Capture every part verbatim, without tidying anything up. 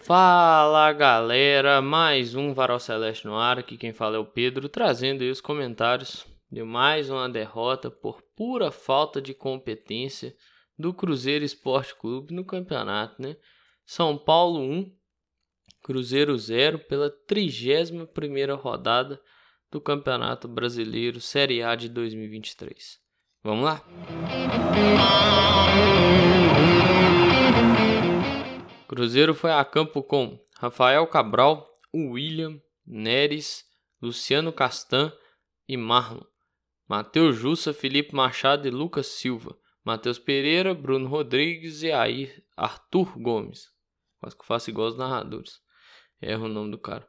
Fala galera, mais um Varal Celeste no ar, aqui quem fala é o Pedro, trazendo aí os comentários de mais uma derrota por pura falta de competência do Cruzeiro Esporte Clube no campeonato, né? São Paulo um, Cruzeiro zero pela trigésima primeira rodada do Campeonato Brasileiro Série A de dois mil e vinte e três. Vamos lá? Cruzeiro foi a campo com Rafael Cabral, William, Neres, Luciano Castan e Marlon, Matheus Jussa, Felipe Machado e Lucas Silva, Matheus Pereira, Bruno Rodrigues e aí Arthur Gomes. Quase que eu faço igual os narradores. Erro o nome do cara.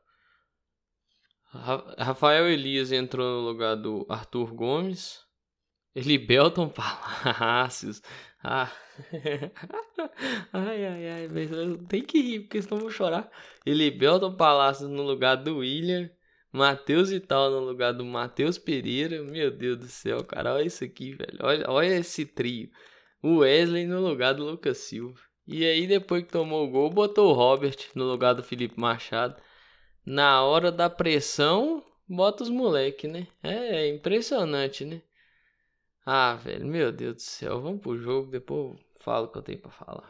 Rafael Elias entrou no lugar do Arthur Gomes. Elibelton Palacios. Ah. ai, ai, ai. Tem que rir, porque senão eu vou chorar. Elibelton Palacios no lugar do William. Matheus Vital no lugar do Matheus Pereira. Meu Deus do céu, cara. Olha isso aqui, velho. Olha, olha esse trio. O Wesley no lugar do Lucas Silva. E aí, depois que tomou o gol, botou o Robert no lugar do Felipe Machado. Na hora da pressão, bota os moleque, né? É impressionante, né? Ah, velho, meu Deus do céu. Vamos pro jogo, depois eu falo o que eu tenho pra falar.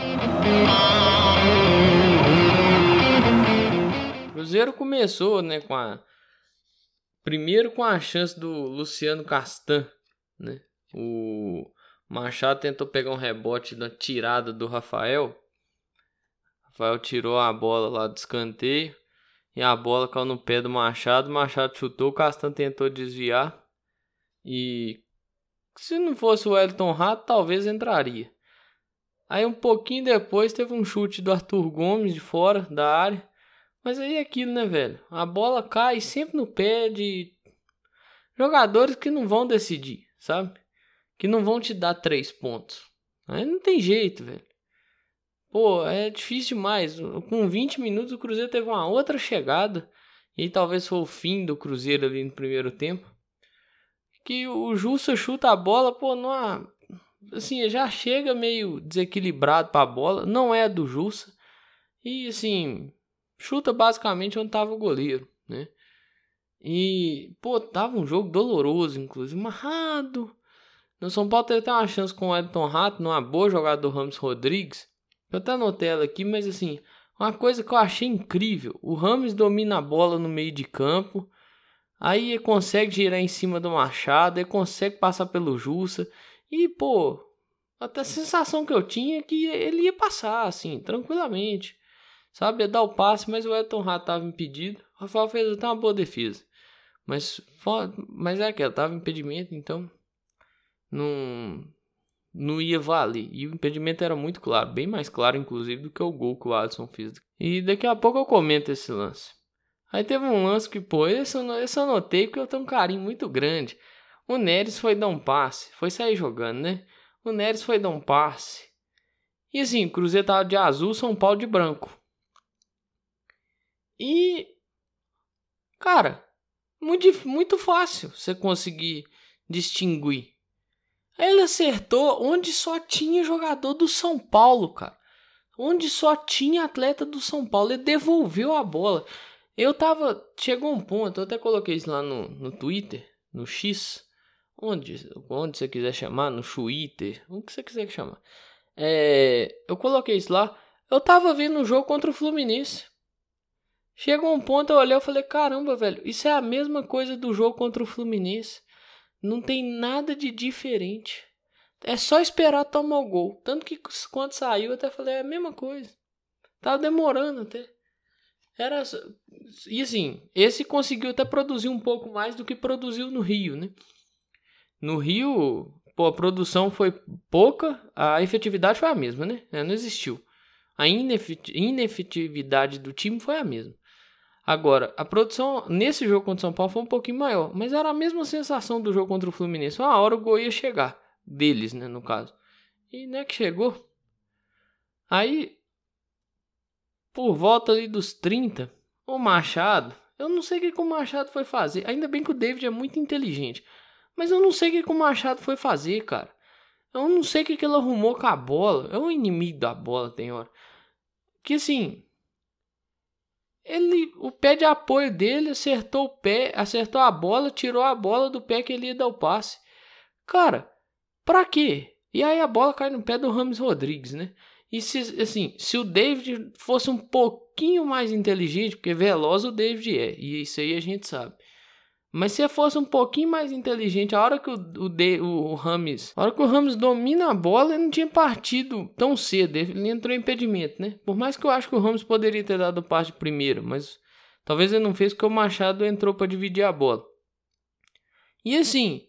O Cruzeiro começou, né, com a... Primeiro com a chance do Luciano Castan, né? O Machado tentou pegar um rebote da tirada do Rafael. Rafael tirou a bola lá do escanteio. E a bola caiu no pé do Machado. O Machado chutou, o Castan tentou desviar. E se não fosse o Elton Rato, talvez entraria. Aí um pouquinho depois teve um chute do Arthur Gomes de fora da área. Mas aí é aquilo, né, velho? A bola cai sempre no pé de jogadores que não vão decidir, sabe? Que não vão te dar três pontos. Aí não tem jeito, velho. Pô, é difícil demais. Com vinte minutos o Cruzeiro teve uma outra chegada. E talvez foi o fim do Cruzeiro ali no primeiro tempo. Que o Jussa chuta a bola, pô, não há... Assim, já chega meio desequilibrado pra bola. Não é a do Jussa. E, assim, chuta basicamente onde tava o goleiro, né? E, pô, tava um jogo doloroso, inclusive, amarrado. No São Paulo teve até uma chance com o Elton Rato, numa boa jogada do Rames Rodrigues. Eu até anotei ela aqui, mas, assim, uma coisa que eu achei incrível. O Rames domina a bola no meio de campo. Aí ele consegue girar em cima do Machado, ele consegue passar pelo Jussa. E, pô, até a sensação que eu tinha é que ele ia passar, assim, tranquilamente. Sabe, ia dar o passe, mas o Elton Rato estava impedido. O Rafael fez até uma boa defesa. Mas, mas é aquela, tava impedimento, então não, não ia valer. E o impedimento era muito claro, bem mais claro, inclusive, do que o gol que o Alisson fez. E daqui a pouco eu comento esse lance. Aí teve um lance que, pô, esse eu, esse eu notei porque eu tenho um carinho muito grande. O Neres foi dar um passe, foi sair jogando, né? O Neres foi dar um passe. E assim, o Cruzeiro tava de azul, São Paulo de branco. E, cara, muito, muito fácil você conseguir distinguir. Aí ele acertou onde só tinha jogador do São Paulo, cara. Onde só tinha atleta do São Paulo. Ele devolveu a bola. Eu tava... Chegou um ponto, eu até coloquei isso lá no, no Twitter, no X, onde, onde você quiser chamar, no Twitter, o que você quiser chamar. É, eu coloquei isso lá, eu tava vendo um jogo contra o Fluminense. Chegou um ponto, eu olhei e falei, caramba, velho, isso é a mesma coisa do jogo contra o Fluminense. Não tem nada de diferente. É só esperar tomar o gol. Tanto que quando saiu, eu até falei, é a mesma coisa. Tava demorando até. Era... E assim, esse conseguiu até produzir um pouco mais do que produziu no Rio, né? No Rio, pô, a produção foi pouca, a efetividade foi a mesma, né? Não existiu. A inefetividade do time foi a mesma. Agora, a produção nesse jogo contra o São Paulo foi um pouquinho maior, mas era a mesma sensação do jogo contra o Fluminense. Uma hora o gol ia chegar, deles, né, no caso. E não é que chegou. Aí... Por volta ali dos trinta, o Machado, eu não sei o que, que o Machado foi fazer. Ainda bem que o David é muito inteligente. Mas eu não sei o que, que o Machado foi fazer, cara. Eu não sei o que, que ele arrumou com a bola. É um inimigo da bola, tem hora. Que assim, ele, o pé de apoio dele acertou o pé, acertou a bola, tirou a bola do pé que ele ia dar o passe. Cara, pra quê? E aí a bola cai no pé do James Rodrigues, né? E se, assim, se o David fosse um pouquinho mais inteligente, porque veloz o David é, e isso aí a gente sabe. Mas se fosse um pouquinho mais inteligente, a hora que o, o, de, o James, a hora que o James domina a bola, ele não tinha partido tão cedo, ele entrou em impedimento, né? Por mais que eu acho que o James poderia ter dado o passe primeiro, mas talvez ele não fez porque o Machado entrou para dividir a bola. E assim,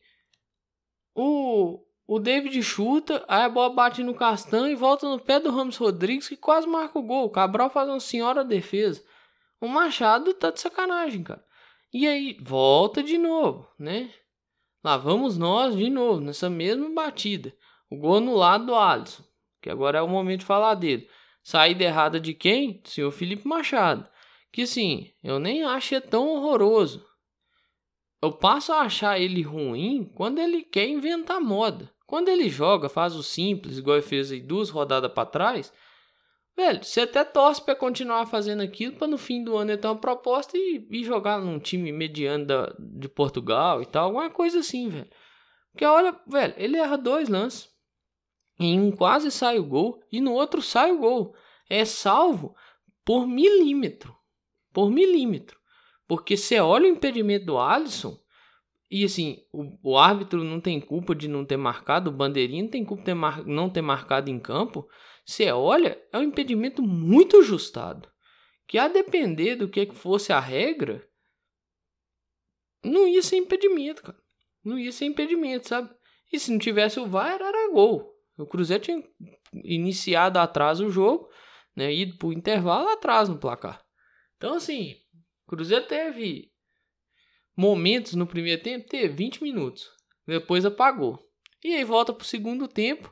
o, o David chuta, aí a bola bate no Castan e volta no pé do James Rodrigues, que quase marca o gol. O Cabral faz uma senhora defesa. O Machado tá de sacanagem, cara. E aí, volta de novo, né? Lá vamos nós de novo, nessa mesma batida. O gol no lado do Alisson, que agora é o momento de falar dele. Saída errada de quem? Do senhor Felipe Machado. Que assim, eu nem acho tão horroroso. Eu passo a achar ele ruim quando ele quer inventar moda. Quando ele joga, faz o simples, igual ele fez aí duas rodadas para trás... Velho, você até torce pra continuar fazendo aquilo pra no fim do ano ele ter uma proposta e, e jogar num time mediano da, de Portugal e tal. Alguma coisa assim, velho. Porque olha, velho, ele erra dois lances. Em um quase sai o gol e no outro sai o gol. É salvo por milímetro. Por milímetro. Porque você olha o impedimento do Alisson e assim, o, o árbitro não tem culpa de não ter marcado, o bandeirinha não tem culpa de ter mar, não ter marcado em campo. Você olha, é um impedimento muito ajustado. Que a depender do que fosse a regra, não ia ser impedimento, cara. Não ia ser impedimento, sabe? E se não tivesse o V A R, era gol. O Cruzeiro tinha iniciado atrás o jogo, né? Ido pro intervalo atrás no placar. Então, assim, o Cruzeiro teve momentos no primeiro tempo, teve vinte minutos. Depois apagou. E aí volta pro segundo tempo.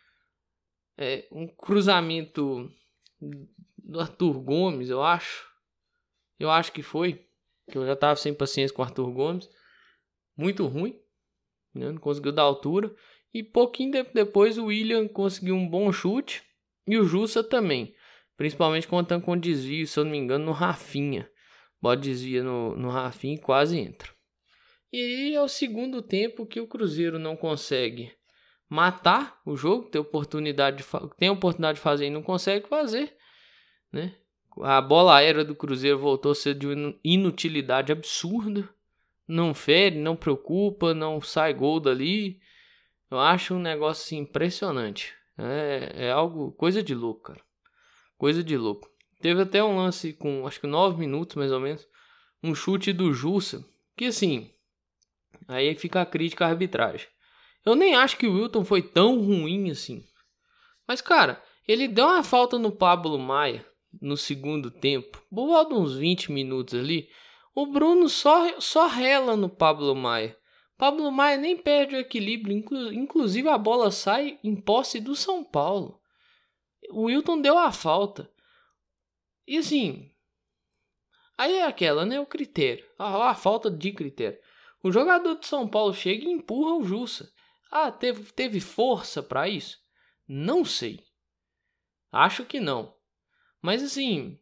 É, um cruzamento do Arthur Gomes, eu acho. Eu acho que foi. Que eu já tava sem paciência com o Arthur Gomes. Muito ruim. Né? Não conseguiu dar altura. E pouquinho tempo depois o William conseguiu um bom chute. E o Jussa também. Principalmente contando com desvio, se eu não me engano, no Rafinha. Bola desvia no, no Rafinha e quase entra. E aí é o segundo tempo que o Cruzeiro não consegue matar o jogo, tem oportunidade de, tem oportunidade de fazer e não consegue fazer, né? A bola aérea do Cruzeiro voltou a ser de inutilidade absurda, não fere, não preocupa, não sai gol dali. Eu acho um negócio assim, impressionante, é, é algo, coisa de louco, cara, coisa de louco. Teve até um lance com, acho que nove minutos mais ou menos, um chute do Jussa, que assim, aí fica a crítica à arbitragem. Eu nem acho que o Wilton foi tão ruim assim. Mas, cara, ele deu uma falta no Pablo Maia no segundo tempo. Por volta de uns vinte minutos ali. O Bruno só, só rela no Pablo Maia. Pablo Maia nem perde o equilíbrio. Inclu, inclusive a bola sai em posse do São Paulo. O Wilton deu a falta. E assim... Aí é aquela, né? O critério. A, a falta de critério. O jogador de São Paulo chega e empurra o Jussa. Ah, teve, teve força para isso? Não sei. Acho que não. Mas assim,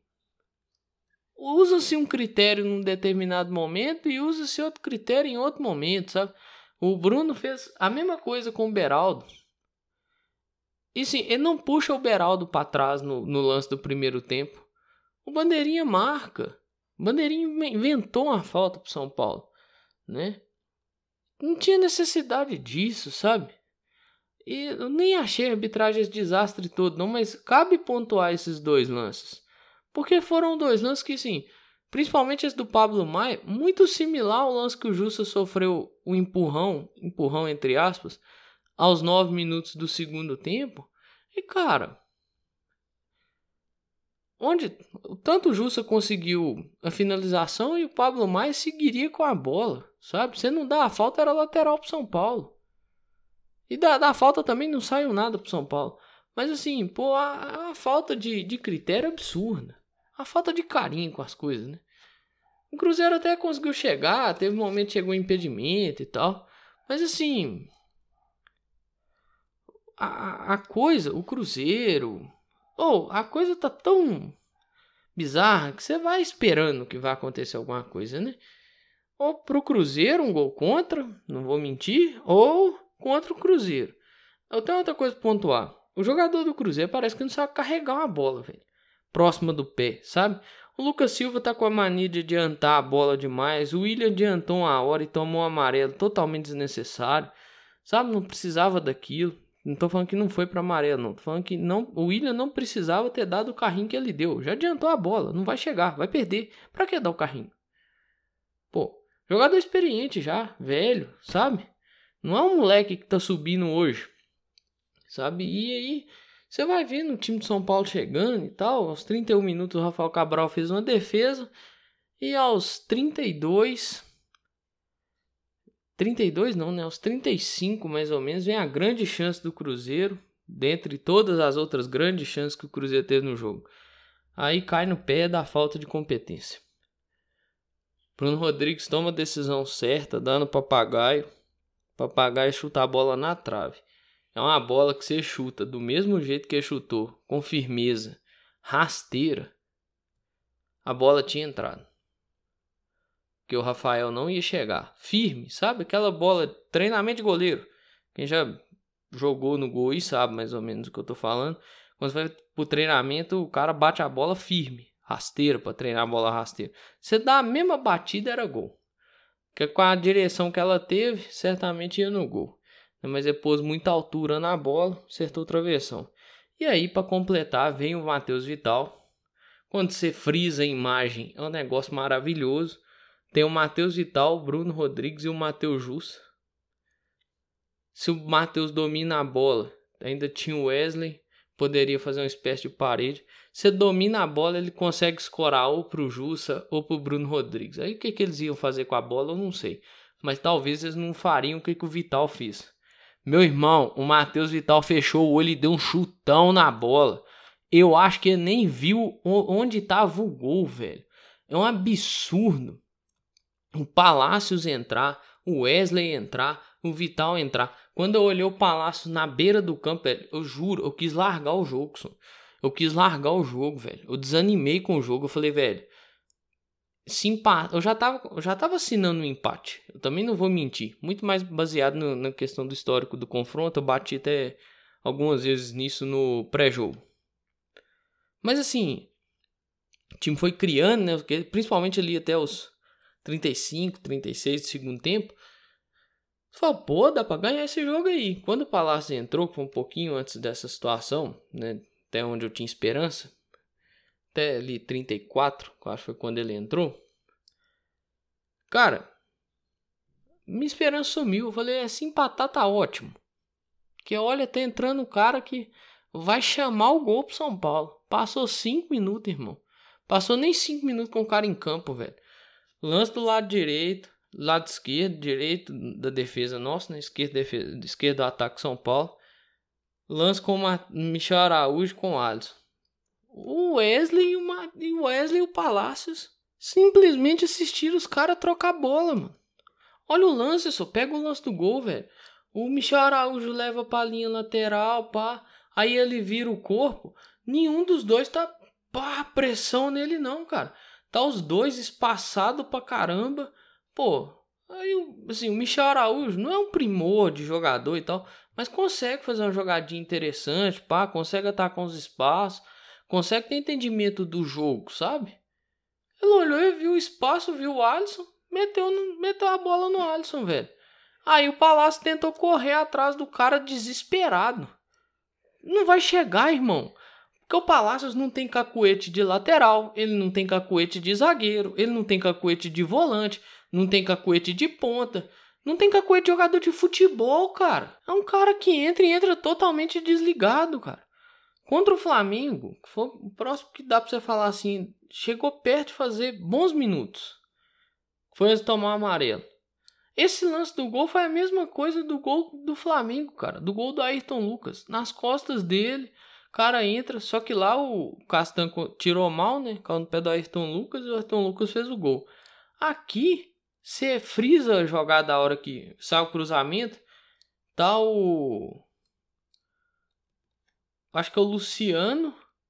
usa-se um critério num determinado momento e usa-se outro critério em outro momento, sabe? O Bruno fez a mesma coisa com o Beraldo. E sim, ele não puxa o Beraldo para trás no, no lance do primeiro tempo. O Bandeirinha marca. O Bandeirinha inventou uma falta pro São Paulo, né? Não tinha necessidade disso, sabe? E eu nem achei a arbitragem esse desastre todo, não, mas cabe pontuar esses dois lances. Porque foram dois lances que, sim, principalmente esse do Pablo Maia, muito similar ao lance que o Jussa sofreu o empurrão, empurrão entre aspas, aos nove minutos do segundo tempo. E, cara, onde tanto o Jussa conseguiu a finalização e o Pablo Maia seguiria com a bola, sabe? Você não dá a falta, era lateral pro São Paulo. E da, da falta também não saiu nada pro São Paulo. Mas assim, pô, a, a falta de, de critério é absurda. A falta de carinho com as coisas, né? O Cruzeiro até conseguiu chegar, teve um momento que chegou impedimento e tal. Mas assim... A, a coisa, o Cruzeiro... Ou, oh, a coisa tá tão... bizarra que você vai esperando que vai acontecer alguma coisa, né? Ou pro Cruzeiro, um gol contra, não vou mentir, ou contra o Cruzeiro. Eu tenho outra coisa pra pontuar. O jogador do Cruzeiro parece que não sabe carregar uma bola, velho. Próxima do pé, sabe? O Lucas Silva tá com a mania de adiantar a bola demais. O William adiantou uma hora e tomou um amarelo totalmente desnecessário. Sabe? Não precisava daquilo. Não tô falando que não foi pra amarelo, não. Tô falando que não, o William não precisava ter dado o carrinho que ele deu. Já adiantou a bola. Não vai chegar, vai perder. Pra que dar o carrinho? Pô, jogador experiente já, velho, sabe? Não é um moleque que tá subindo hoje. Sabe? E aí, você vai vendo o time de São Paulo chegando e tal. Aos trinta e um minutos o Rafael Cabral fez uma defesa. E aos trinta e dois... trinta e dois não, né? Aos trinta e cinco mais ou menos vem a grande chance do Cruzeiro. Dentre todas as outras grandes chances que o Cruzeiro teve no jogo. Aí cai no pé da falta de competência. Bruno Rodrigues toma a decisão certa, dando papagaio. Papagaio chuta a bola na trave. É uma bola que você chuta do mesmo jeito que ele chutou, com firmeza, rasteira. A bola tinha entrado. Porque o Rafael não ia chegar. Firme, sabe? Aquela bola, treinamento de goleiro. Quem já jogou no gol e sabe mais ou menos o que eu tô falando. Quando você vai pro treinamento, o cara bate a bola firme, rasteira, pra treinar a bola rasteira. Você dá a mesma batida, era gol. Porque com a direção que ela teve, certamente ia no gol. Mas ele pôs muita altura na bola, acertou o travessão. E aí, para completar, vem o Matheus Vital. Quando você frisa a imagem, é um negócio maravilhoso. Tem o Matheus Vital, o Bruno Rodrigues e o Matheus Jussa. Se o Matheus domina a bola, ainda tinha o Wesley, poderia fazer uma espécie de parede. Se domina a bola, ele consegue escorar ou pro Jussa ou pro Bruno Rodrigues. Aí o que, que eles iam fazer com a bola, eu não sei. Mas talvez eles não fariam o que, que o Vital fez. Meu irmão, o Matheus Vital fechou o olho e deu um chutão na bola. Eu acho que ele nem viu onde estava o gol, velho. É um absurdo. O Palácios entrar, o Wesley entrar, o Vital entrar. Quando eu olhei o Palácios na beira do campo, velho, eu juro, eu quis largar o jogo, só. Eu quis largar o jogo, velho. Eu desanimei com o jogo. Eu falei, velho, se empate, eu já tava, eu já tava assinando um empate. Eu também não vou mentir. Muito mais baseado no, na questão do histórico do confronto. Eu bati até algumas vezes nisso no pré-jogo. Mas assim, o time foi criando, né? Principalmente ali até os trinta e cinco, trinta e seis do segundo tempo. Você falou, pô, dá pra ganhar esse jogo aí. Quando o Palácio entrou, que foi um pouquinho antes dessa situação, né? Até onde eu tinha esperança. Até ali trinta e quatro, que eu acho que foi quando ele entrou. Cara, minha esperança sumiu. Eu falei, se empatar tá ótimo. Porque olha, tá entrando um cara que vai chamar o gol pro São Paulo. Passou cinco minutos, irmão. Passou nem cinco minutos com o cara em campo, velho. Lance do lado direito, lado esquerdo, direito da defesa nossa, né? Esquerda, defesa, esquerda do ataque São Paulo. Lance com o Michel Araújo com o Alisson. O Wesley e o, Ma... e o Wesley e o Palácios simplesmente assistiram os caras trocar bola, mano. Olha o lance, só pega o lance do gol, velho. O Michel Araújo leva pra linha lateral, pá. Aí ele vira o corpo. Nenhum dos dois tá pá, pressão nele não, cara. Tá os dois espaçados pra caramba. Pô, aí assim, o Michel Araújo não é um primor de jogador e tal, mas consegue fazer uma jogadinha interessante, pá. Consegue atacar os espaços. Consegue ter entendimento do jogo, sabe? Ele olhou e viu o espaço, viu o Alisson, meteu, no, meteu a bola no Alisson, velho. Aí o Palácio tentou correr atrás do cara desesperado. Não vai chegar, irmão. Porque o Palácios não tem cacuete de lateral, ele não tem cacuete de zagueiro, ele não tem cacuete de volante, não tem cacuete de ponta, não tem cacuete de jogador de futebol, cara. É um cara que entra e entra totalmente desligado, cara. Contra o Flamengo, que foi o próximo que dá pra você falar assim, chegou perto de fazer bons minutos. Foi antes de tomar o amarelo. Esse lance do gol foi a mesma coisa do gol do Flamengo, cara. Do gol do Ayrton Lucas. Nas costas dele, o cara entra. Só que lá o Castan tirou mal, né? Caiu no pé do Ayrton Lucas e o Ayrton Lucas fez o gol. Aqui, você frisa a jogada a hora que sai o cruzamento. Tá o... Acho que é o Luciano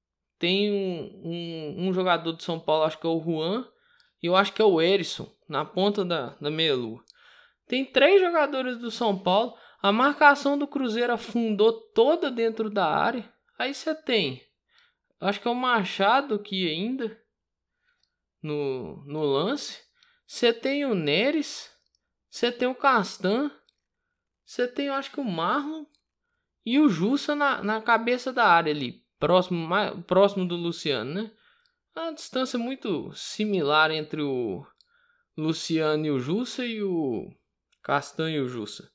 tem um, um, um jogador do São Paulo, acho que é o Juan, e eu acho que é o Erisson, na ponta da, da meia-lua. Tem três jogadores do São Paulo, a marcação do Cruzeiro afundou toda dentro da área. Aí você tem, acho que é o Machado que ainda no, no lance. Você tem o Neres, você tem o Castan, você tem, eu acho que o Marlon e o Jussa na, na cabeça da área ali, próximo, mais, próximo do Luciano, né? Uma distância muito similar entre o Luciano e o Jussa e o Castan e o Jussa.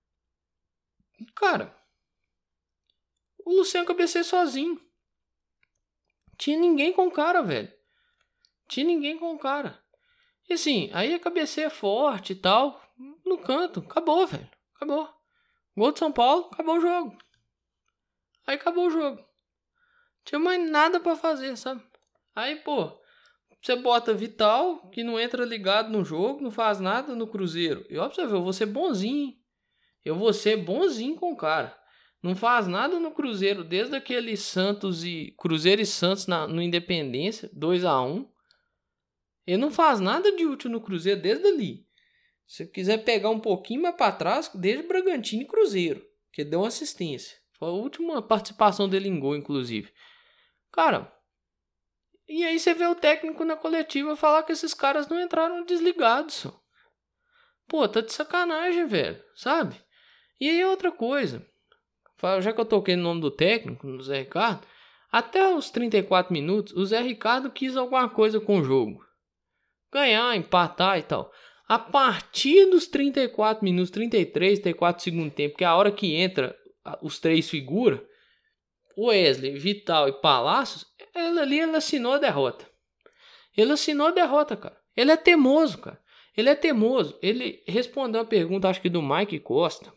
Cara, o Luciano cabeceia sozinho. Tinha ninguém com o cara, velho. Tinha ninguém com o cara. E assim, aí a cabeceia forte e tal, no canto. Acabou, velho. Acabou. Gol de São Paulo, acabou o jogo. Aí acabou o jogo. Tinha mais nada pra fazer, sabe? Aí, pô, você bota Vital, que não entra ligado no jogo, não faz nada no Cruzeiro. E ó, pra você ver, eu vou ser bonzinho, hein? Eu vou ser bonzinho com o cara. Não faz nada no Cruzeiro, desde aquele Santos e Cruzeiro e Santos na, no Independência, dois a um. Ele não faz nada de útil no Cruzeiro desde ali. Se quiser pegar um pouquinho mais para trás, desde Bragantino e Cruzeiro, que deu uma assistência. Foi a última participação dele em gol, inclusive. Cara, e aí você vê o técnico na coletiva falar que esses caras não entraram desligados. Só. Pô, tá de sacanagem, velho, sabe? E aí outra coisa, já que eu toquei no nome do técnico, no Zé Ricardo, até os trinta e quatro minutos, o Zé Ricardo quis alguma coisa com o jogo. Ganhar, empatar e tal. A partir dos trinta e quatro minutos, trinta e três, trinta e quatro segundo tempo, que é a hora que entra os três figuras, Wesley, Vital e Palácios, ele ali ele assinou a derrota. Ele assinou a derrota, cara. Ele é teimoso, cara. Ele é teimoso. Ele respondeu a pergunta, acho que do Mike Costa,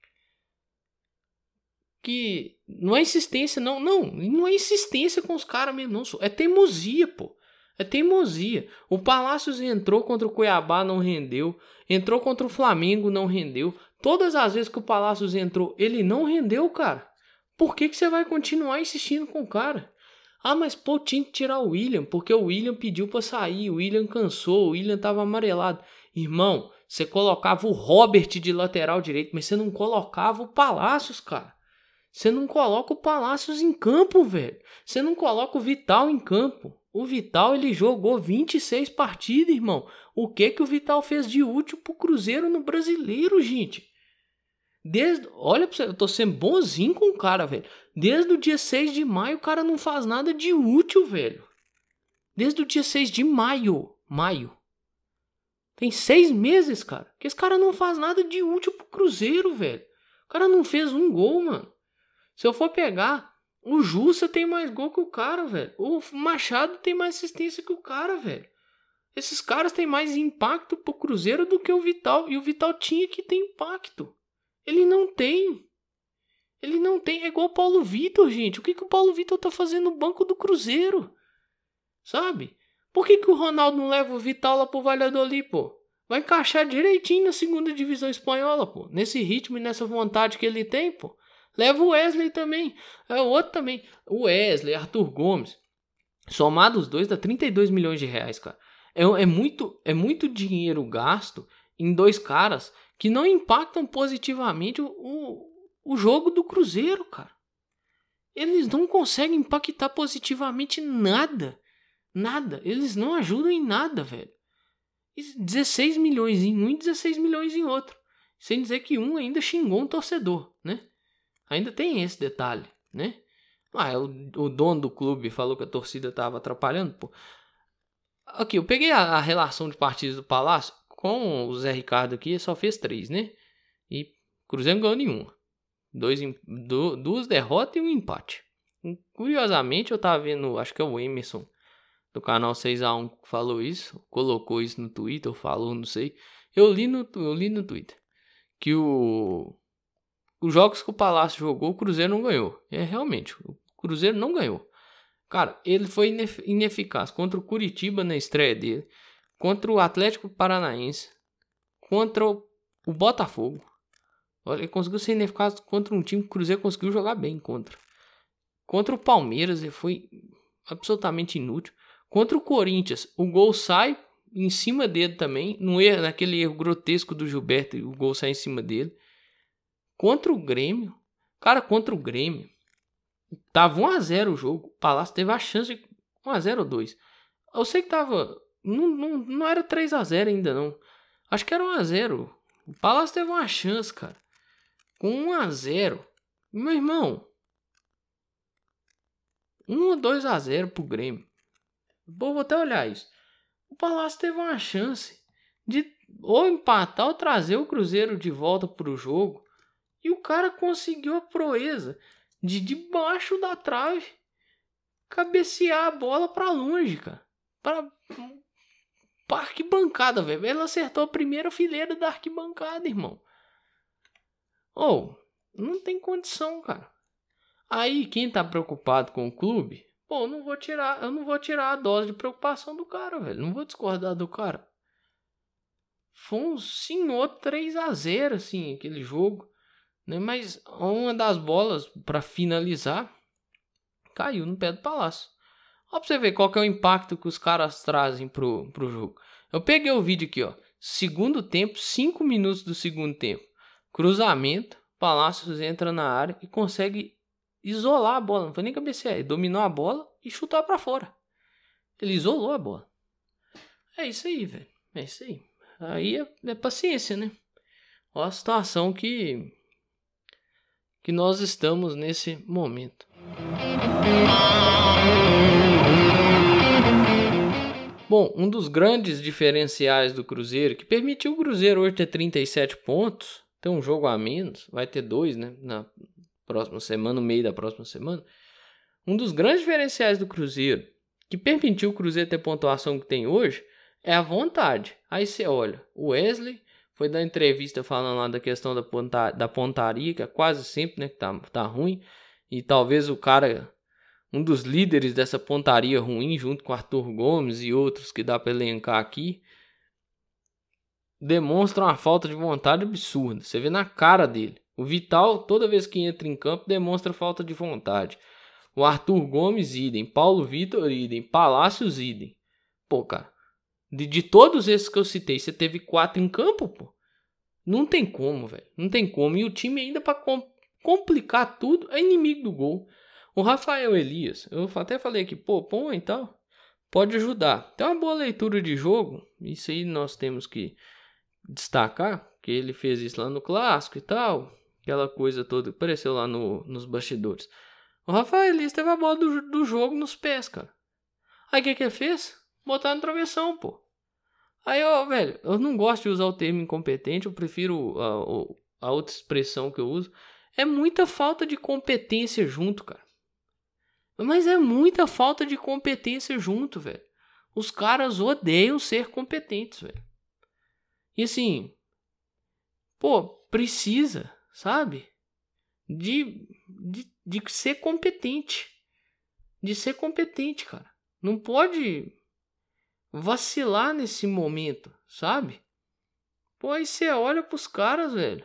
que não é insistência, não. Não, não é insistência com os caras mesmo, não. É teimosia, pô. É teimosia. O Palácios entrou contra o Cuiabá, não rendeu. Entrou contra o Flamengo, não rendeu. Todas as vezes que o Palácios entrou, ele não rendeu, cara. Por que, que você vai continuar insistindo com o cara? Ah, mas pô, tinha que tirar o William, porque o William pediu pra sair, o William cansou, o William tava amarelado. Irmão, você colocava o Robert de lateral direito, mas você não colocava o Palácios, cara. Você não coloca o Palácios em campo, velho. Você não coloca o Vital em campo. O Vital, ele jogou vinte e seis partidas, irmão. O que que o Vital fez de útil pro Cruzeiro no Brasileiro, gente? Desde, olha pra você, eu tô sendo bonzinho com o cara, velho. Desde o dia seis de maio, o cara não faz nada de útil, velho. Desde o dia seis de maio. Maio. Tem seis meses, cara. Que esse cara não faz nada de útil pro Cruzeiro, velho. O cara não fez um gol, mano. Se eu for pegar, o Jussa tem mais gol que o cara, velho. O Machado tem mais assistência que o cara, velho. Esses caras têm mais impacto pro Cruzeiro do que o Vital. E o Vital tinha que ter impacto. Ele não tem. Ele não tem. É igual o Paulo Vitor, gente. O que, que o Paulo Vitor tá fazendo no banco do Cruzeiro? Sabe? Por que, que o Ronaldo não leva o Vital lá pro Valladolid, pô? Vai encaixar direitinho na segunda divisão espanhola, pô. Nesse ritmo e nessa vontade que ele tem, pô. Leva o Wesley também. É o outro também. O Wesley, Arthur Gomes. Somado os dois dá trinta e dois milhões de reais, cara. É, é, muito, é muito dinheiro gasto em dois caras que não impactam positivamente o, o, o jogo do Cruzeiro, cara. Eles não conseguem impactar positivamente nada. Nada. Eles não ajudam em nada, velho. dezesseis milhões em um e dezesseis milhões em outro. Sem dizer que um ainda xingou um torcedor, né? Ainda tem esse detalhe, né? Ah, o, o dono do clube falou que a torcida estava atrapalhando, pô. Aqui, eu peguei a, a relação de partidas do Palácio com o Zé Ricardo aqui, só fez três, né? E o Cruzeiro não ganhou nenhuma. Dois, do, duas derrotas e um empate. Curiosamente, eu tava vendo, acho que é o Emerson, do canal seis a um, que falou isso, colocou isso no Twitter, falou, não sei. Eu li no, eu li no Twitter que o... os jogos que o Palácio jogou, o Cruzeiro não ganhou. É, realmente, o Cruzeiro não ganhou. Cara, ele foi inef- ineficaz contra o Curitiba na estreia dele, contra o Atlético Paranaense, contra o, o Botafogo. Olha, ele conseguiu ser ineficaz contra um time que o Cruzeiro conseguiu jogar bem contra. Contra o Palmeiras, ele foi absolutamente inútil. Contra o Corinthians, o gol sai em cima dele também, no erro, naquele erro grotesco do Gilberto, o gol sai em cima dele. Contra o Grêmio, cara, contra o Grêmio, tava um a zero o jogo, o Palácio teve a chance de um a zero ou dois. Eu sei que tava, não, não, não era três a zero ainda não, acho que era um a zero. O Palácio teve uma chance, cara, com um a zero, meu irmão, um ou dois a zero pro Grêmio. Pô, vou até olhar isso. O Palácio teve uma chance de ou empatar ou trazer o Cruzeiro de volta pro jogo. E o cara conseguiu a proeza de debaixo da trave cabecear a bola pra longe, cara. Pra, pra arquibancada, velho. Ele acertou a primeira fileira da arquibancada, irmão. Ou, oh, não tem condição, cara. Aí, quem tá preocupado com o clube, pô, não vou tirar, eu não vou tirar a dose de preocupação do cara, velho. Não vou discordar do cara. Foi um senhor três a zero, assim, aquele jogo. Né? Mas uma das bolas para finalizar caiu no pé do Palácio. Ó, pra você ver qual que é o impacto que os caras trazem pro, pro jogo. Eu peguei o vídeo aqui, ó. Segundo tempo, cinco minutos do segundo tempo. Cruzamento, Palácios entra na área e consegue isolar a bola. Não foi nem cabecear, ele dominou a bola e chutou para fora. Ele isolou a bola. É isso aí, velho. É isso aí. Aí é, é paciência, né? Ó a situação que... que nós estamos nesse momento. Bom, um dos grandes diferenciais do Cruzeiro, que permitiu o Cruzeiro hoje ter trinta e sete pontos, ter um jogo a menos, vai ter dois, né, na próxima semana, no meio da próxima semana. Um dos grandes diferenciais do Cruzeiro, que permitiu o Cruzeiro ter a pontuação que tem hoje, é a vontade. Aí você olha, o Wesley foi dar entrevista falando lá da questão da, ponta, da pontaria, que é quase sempre, né, que tá, tá ruim. E talvez o cara, um dos líderes dessa pontaria ruim, junto com Arthur Gomes e outros que dá para elencar aqui, demonstra uma falta de vontade absurda. Você vê na cara dele. O Vital, toda vez que entra em campo, demonstra falta de vontade. O Arthur Gomes, idem. Paulo Vitor, idem. Palácios, idem. Pô, cara. De, de todos esses que eu citei, você teve quatro em campo, pô. Não tem como, velho. Não tem como. E o time ainda pra com, complicar tudo é inimigo do gol. O Rafael Elias, eu até falei aqui, pô, põe e tal. Pode ajudar. Tem uma boa leitura de jogo. Isso aí nós temos que destacar. Que ele fez isso lá no Clássico e tal. Aquela coisa toda que apareceu lá no, nos bastidores. O Rafael Elias teve a bola do, do jogo nos pés, cara. Aí o que que ele fez? Botar no travessão, pô. Aí, ó, velho, eu não gosto de usar o termo incompetente, eu prefiro a, a outra expressão que eu uso. É muita falta de competência junto, cara. Mas é muita falta de competência junto, velho. Os caras odeiam ser competentes, velho. E assim, pô, precisa, sabe? De, de, de ser competente. De ser competente, cara. Não pode vacilar nesse momento, sabe? Pô, aí você olha pros caras, velho.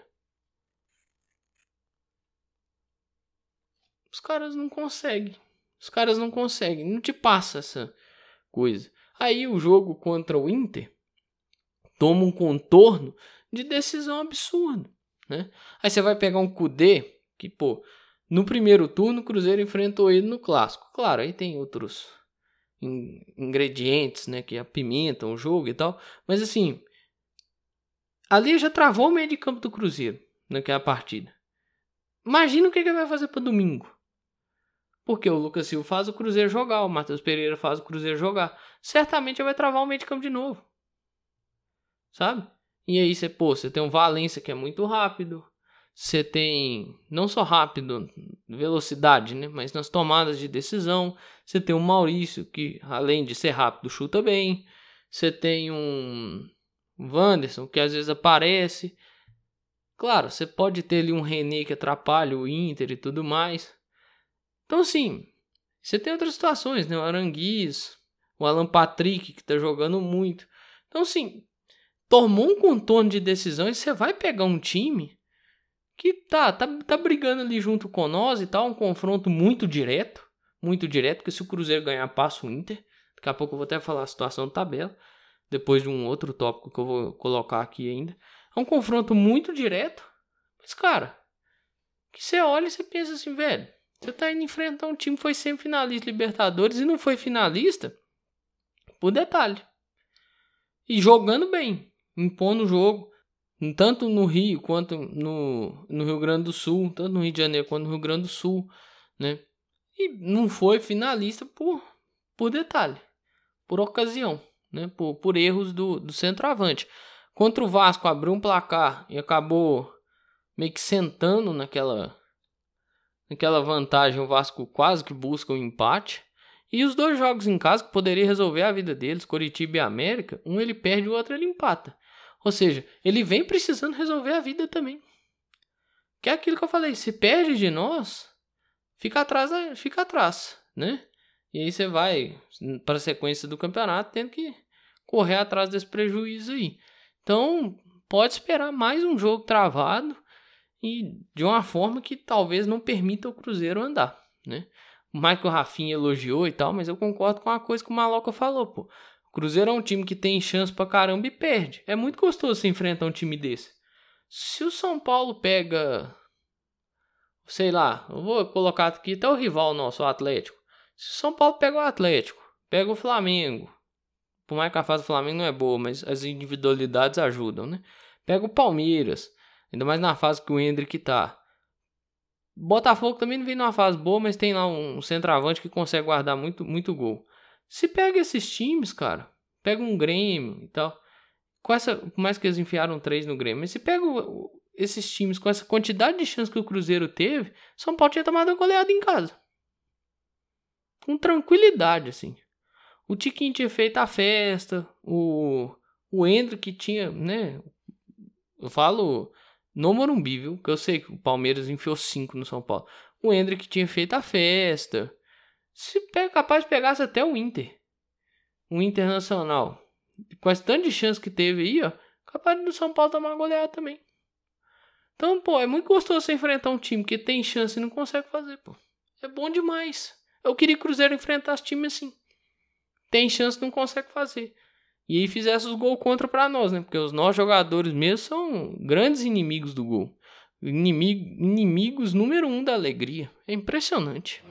Os caras não conseguem. Os caras não conseguem. Não te passa essa coisa. Aí o jogo contra o Inter toma um contorno de decisão absurdo, né? Aí você vai pegar um Kudê, que, pô, no primeiro turno o Cruzeiro enfrentou ele no Clássico. Claro, aí tem outros ingredientes, né, que apimentam o jogo e tal, mas assim, ali já travou o meio de campo do Cruzeiro naquela partida. Imagina o que ele vai fazer para domingo, porque o Lucas Silva faz o Cruzeiro jogar, o Matheus Pereira faz o Cruzeiro jogar, certamente ele vai travar o meio de campo de novo, sabe? E aí você, pô, você tem um Valência que é muito rápido, você tem, não só rápido, velocidade, né? Mas nas tomadas de decisão. Você tem o Maurício, que além de ser rápido, chuta bem. Você tem um Wanderson, que às vezes aparece. Claro, você pode ter ali um René que atrapalha o Inter e tudo mais. Então, assim, você tem outras situações, né? O Aranguiz, o Alan Patrick, que tá jogando muito. Então, assim, tomou um contorno de decisão e você vai pegar um time que tá, tá, tá brigando ali junto com nós e tal, um confronto muito direto, muito direto, porque se o Cruzeiro ganhar, passa o Inter. Daqui a pouco eu vou até falar a situação da tabela, depois de um outro tópico que eu vou colocar aqui ainda. É um confronto muito direto, mas, cara, que você olha e você pensa assim, velho, você tá indo enfrentar um time que foi sempre finalista de Libertadores e não foi finalista por detalhe. E jogando bem, impondo o jogo, tanto no Rio quanto no, no Rio Grande do Sul, tanto no Rio de Janeiro quanto no Rio Grande do Sul, né? E não foi finalista por, por detalhe, por ocasião, né? Por, por erros do, do centroavante. Contra o Vasco abriu um placar e acabou meio que sentando naquela, naquela vantagem. O Vasco quase que busca um empate. E os dois jogos em casa que poderia resolver a vida deles, Coritiba e América, um ele perde, o outro ele empata. Ou seja, ele vem precisando resolver a vida também. Que é aquilo que eu falei, se perde de nós, fica atrás, fica atrás, né? E aí você vai para a sequência do campeonato tendo que correr atrás desse prejuízo aí. Então, pode esperar mais um jogo travado e de uma forma que talvez não permita o Cruzeiro andar, né? O Michael Rafinha elogiou e tal, mas eu concordo com uma coisa que o Maloca falou, pô. O Cruzeiro é um time que tem chance pra caramba e perde. É muito gostoso você enfrentar um time desse. Se o São Paulo pega, sei lá, eu vou colocar aqui até o rival nosso, o Atlético. Se o São Paulo pega o Atlético, pega o Flamengo, por mais que a fase do Flamengo não é boa, mas as individualidades ajudam, né? Pega o Palmeiras, ainda mais na fase que o Hendrick tá. Botafogo também não vem numa fase boa, mas tem lá um centroavante que consegue guardar muito, muito gol. Se pega esses times, cara, pega um Grêmio e tal, com essa, por mais que eles enfiaram três no Grêmio, mas se pega o, o, esses times com essa quantidade de chance que o Cruzeiro teve, São Paulo tinha tomado uma goleada em casa. Com tranquilidade, assim. O Tiquinho tinha feito a festa, o, o Hendrick tinha, né, eu falo no Morumbi, viu? Que eu sei que o Palmeiras enfiou cinco no São Paulo. O Hendrick tinha feito a festa. Se pega, capaz de pegasse até o Inter. O Internacional. Com esse tanto de chance que teve aí, ó. Capaz do São Paulo tomar uma goleada também. Então, pô, é muito gostoso você enfrentar um time que tem chance e não consegue fazer, pô. É bom demais. Eu queria que o Cruzeiro enfrentasse time assim. Tem chance e não consegue fazer. E aí fizesse os gols contra pra nós, né? Porque os nossos jogadores mesmo são grandes inimigos do gol. Inimigo, inimigos número um da alegria. É impressionante.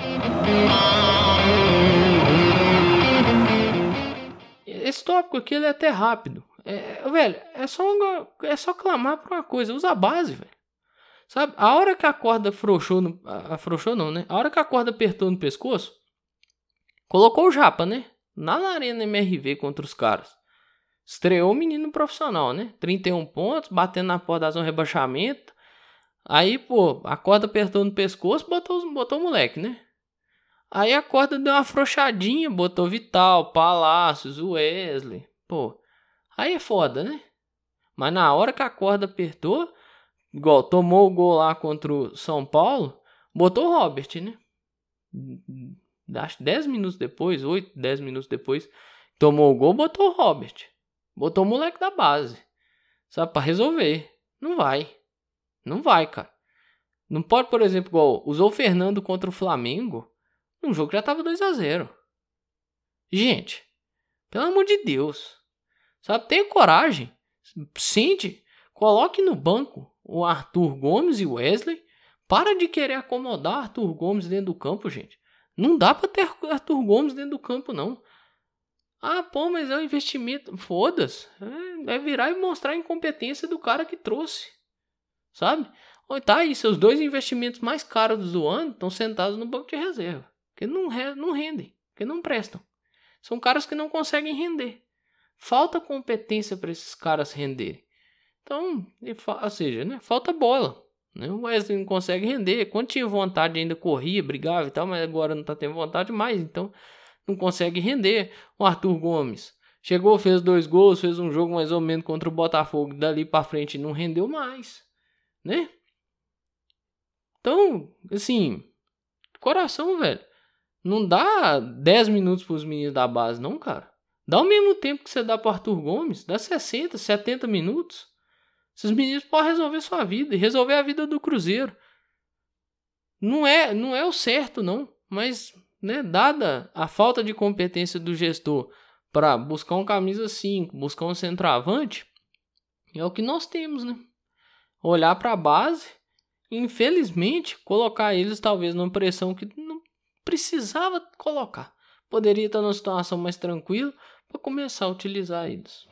Esse tópico aqui ele é até rápido. É, velho, é só, é só clamar por uma coisa. Usa a base, velho. Sabe? A hora que a corda afrouxou... No, afrouxou não, né? A hora que a corda apertou no pescoço, colocou o Japa, né? Na Arena M R V contra os caras. Estreou o menino profissional, né? trinta e um pontos, batendo na porta da zona de rebaixamento. Aí, pô, a corda apertou no pescoço, botou, botou o moleque, né? Aí a corda deu uma afrouxadinha, botou Vital, Palácios, Wesley. Pô, aí é foda, né? Mas na hora que a corda apertou, igual tomou o gol lá contra o São Paulo, botou o Robert, né? Acho dez minutos depois, oito, dez minutos depois, tomou o gol, botou o Robert. Botou o moleque da base. Sabe, pra resolver. Não vai. Não vai, cara. Não pode, por exemplo, igual usou o Fernando contra o Flamengo, um jogo que já tava dois a zero. Gente, pelo amor de Deus. Sabe, tenha coragem. Sente, coloque no banco o Arthur Gomes e o Wesley. Para de querer acomodar Arthur Gomes dentro do campo, gente. Não dá pra ter Arthur Gomes dentro do campo, não. Ah, pô, mas é um investimento. Foda-se. É, é virar e mostrar a incompetência do cara que trouxe. Sabe? Ou tá aí, seus dois investimentos mais caros do ano estão sentados no banco de reserva. Porque não, não rendem. Porque não prestam. São caras que não conseguem render. Falta competência para esses caras renderem. Então, ou seja, né? Falta bola. O Wesley não consegue render. Quando tinha vontade ainda corria, brigava e tal, mas agora não tá tendo vontade mais, então não consegue render. O Arthur Gomes chegou, fez dois gols, fez um jogo mais ou menos contra o Botafogo, dali pra frente não rendeu mais, né? Então, assim, coração, velho, não dá dez minutos pros meninos da base não, cara. Dá o mesmo tempo que você dá pro Arthur Gomes, dá sessenta, setenta minutos. Esses meninos podem resolver sua vida e resolver a vida do Cruzeiro. Não é, não é o certo, não. Mas né, dada a falta de competência do gestor para buscar um camisa cinco, buscar um centroavante, é o que nós temos, né? Olhar para a base e, infelizmente, colocar eles talvez numa pressão que não precisava colocar. Poderia estar numa situação mais tranquila para começar a utilizar eles.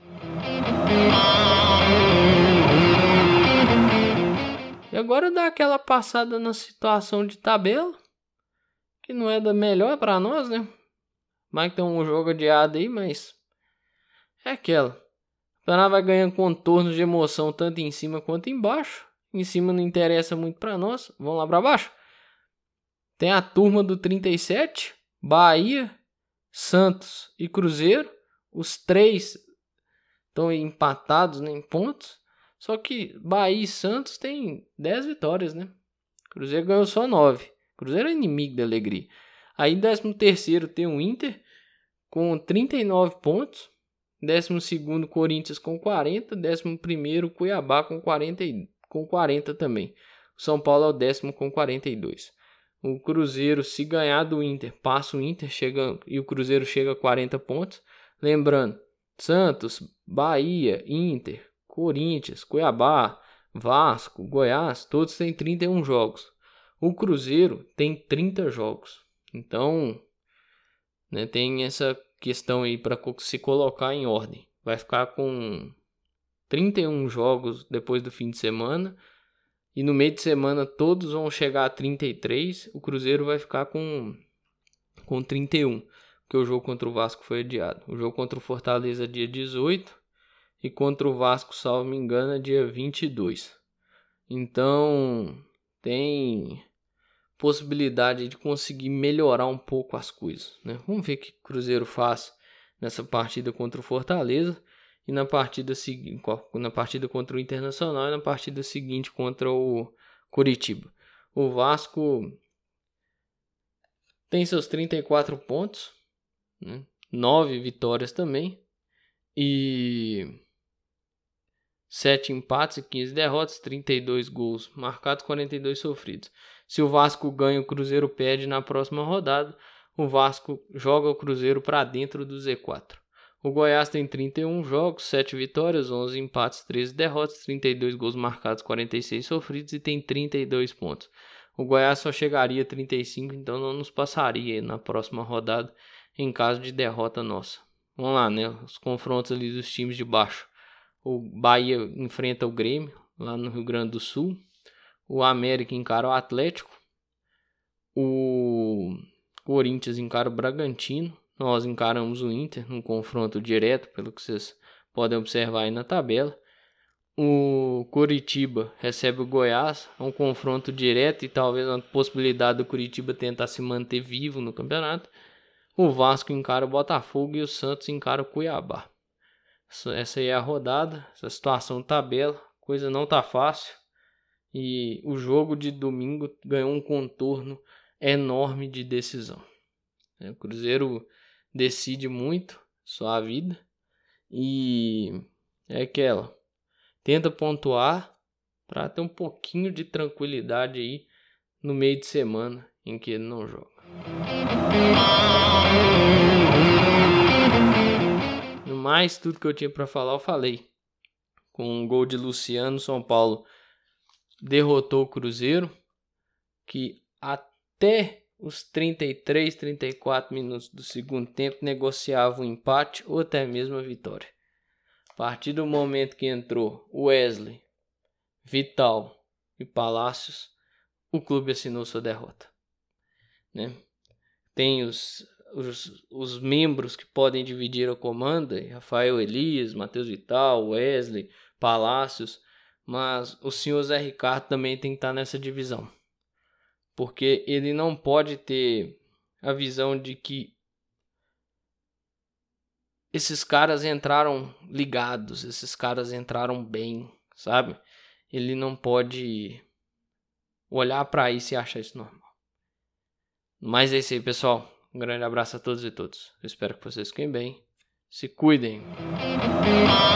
E agora dá aquela passada na situação de tabela, que não é da melhor para nós, né? Mas que tem um jogo adiado aí, mas é aquela. O campeonato vai ganhando contornos de emoção tanto em cima quanto embaixo. Em cima não interessa muito para nós. Vamos lá para baixo. Tem a turma do trinta e sete, Bahia, Santos e Cruzeiro. Os três estão empatados, né, em pontos. Só que Bahia e Santos têm dez vitórias, né? Cruzeiro ganhou só nove. Cruzeiro é inimigo da alegria. Aí décimo terceiro tem o Inter com trinta e nove pontos. Décimo segundo Corinthians com quarenta. Décimo primeiro Cuiabá com quarenta, com quarenta também. O São Paulo é o décimo com quarenta e dois. O Cruzeiro, se ganhar do Inter, passa o Inter chega, e o Cruzeiro chega a quarenta pontos. Lembrando, Santos, Bahia, Inter, Corinthians, Cuiabá, Vasco, Goiás, todos têm trinta e um jogos. O Cruzeiro tem trinta jogos. Então, né, tem essa questão aí para se colocar em ordem. Vai ficar com trinta e um jogos depois do fim de semana. E no meio de semana todos vão chegar a trinta e três. O Cruzeiro vai ficar com, com trinta e um. Porque o jogo contra o Vasco foi adiado. O jogo contra o Fortaleza dia dezoito. E contra o Vasco, salvo me engano, é dia vinte e dois. Então, tem possibilidade de conseguir melhorar um pouco as coisas, né? Vamos ver o que o Cruzeiro faz nessa partida contra o Fortaleza. E na partida, segui- na partida contra o Internacional e na partida seguinte contra o Coritiba. O Vasco tem seus trinta e quatro pontos, né? nove vitórias também. E sete empates e quinze derrotas, trinta e dois gols marcados, quarenta e dois sofridos. Se o Vasco ganha, o Cruzeiro perde na próxima rodada. O Vasco joga o Cruzeiro para dentro do Z quatro. O Goiás tem trinta e um jogos, sete vitórias, onze empates, treze derrotas, trinta e dois gols marcados, quarenta e seis sofridos e tem trinta e dois pontos. O Goiás só chegaria a trinta e cinco, então não nos passaria na próxima rodada em caso de derrota nossa. Vamos lá, né? Os confrontos ali dos times de baixo. O Bahia enfrenta o Grêmio, lá no Rio Grande do Sul. O América encara o Atlético. O Corinthians encara o Bragantino. Nós encaramos o Inter num confronto direto, pelo que vocês podem observar aí na tabela. O Coritiba recebe o Goiás, é um confronto direto e talvez uma possibilidade do Coritiba tentar se manter vivo no campeonato. O Vasco encara o Botafogo e o Santos encara o Cuiabá. Essa aí é a rodada, essa situação de tabela, coisa não tá fácil. E o jogo de domingo ganhou um contorno enorme de decisão. O Cruzeiro decide muito sua vida e é aquela, tenta pontuar para ter um pouquinho de tranquilidade aí no meio de semana em que ele não joga. No mais, tudo que eu tinha para falar eu falei. Com um gol de Luciano, São Paulo derrotou o Cruzeiro, que até os trinta e três, trinta e quatro minutos do segundo tempo negociava um empate ou até mesmo a vitória. A partir do momento que entrou Wesley, Vital e Palácios, o clube assinou sua derrota, né? Tem os, os, os membros que podem dividir a comanda, Rafael Elias, Matheus Vital, Wesley, Palácios, mas o senhor Zé Ricardo também tem que estar nessa divisão, porque ele não pode ter a visão de que esses caras entraram ligados, esses caras entraram bem, sabe? Ele não pode olhar para isso e achar isso normal. Mas é isso aí, pessoal. Um grande abraço a todos e todas. Eu espero que vocês fiquem bem. Se cuidem.